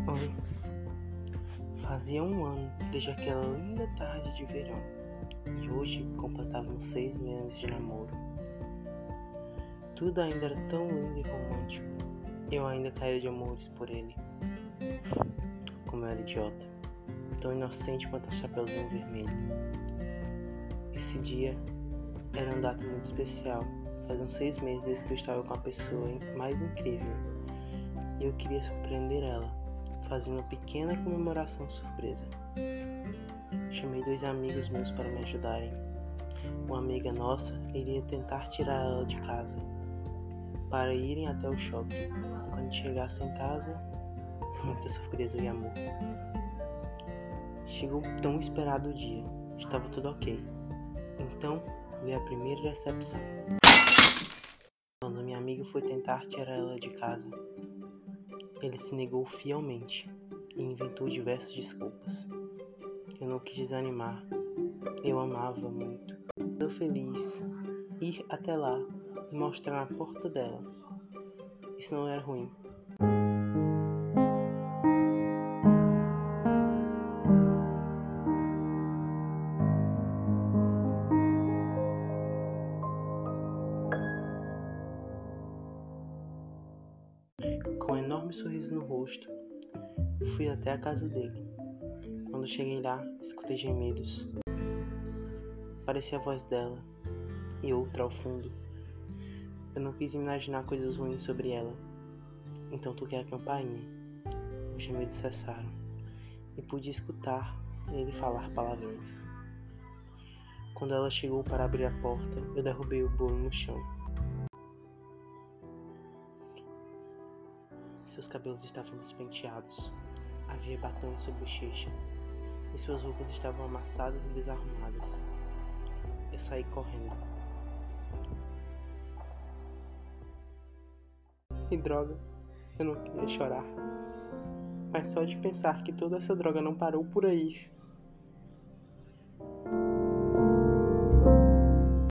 Oi. Fazia um ano desde aquela linda tarde de verão e hoje completávamos 6 meses de namoro. Tudo ainda era tão lindo e romântico. Eu ainda caía de amores por ele. Como eu era idiota, tão inocente quanto a Chapeuzinho Vermelho. Esse dia era uma data muito especial. Faziam 6 meses que eu estava com a pessoa mais incrível e eu queria surpreender ela, fazendo uma pequena comemoração surpresa. Chamei 2 amigos meus para me ajudarem. Uma amiga nossa iria tentar tirar ela de casa para irem até o shopping. Quando chegasse em casa, muita surpresa e amor. Chegou o tão esperado dia. Estava tudo ok. Então veio a primeira decepção. Quando minha amiga foi tentar tirar ela de casa, ele se negou fielmente e inventou diversas desculpas. Eu não quis desanimar. Eu amava muito. Eu feliz ir até lá e mostrar na porta dela. Isso não era ruim. Com um enorme sorriso no rosto, fui até a casa dele. Quando cheguei lá, escutei gemidos. Parecia a voz dela e outra ao fundo. Eu não quis imaginar coisas ruins sobre ela. Então toquei a campainha. Os gemidos cessaram e pude escutar ele falar palavrões. Quando ela chegou para abrir a porta, eu derrubei o bolo no chão. Seus cabelos estavam despenteados. Havia batom em sua bochecha e suas roupas estavam amassadas e desarrumadas. Eu saí correndo. E droga, eu não queria chorar. Mas só de pensar que toda essa droga não parou por aí,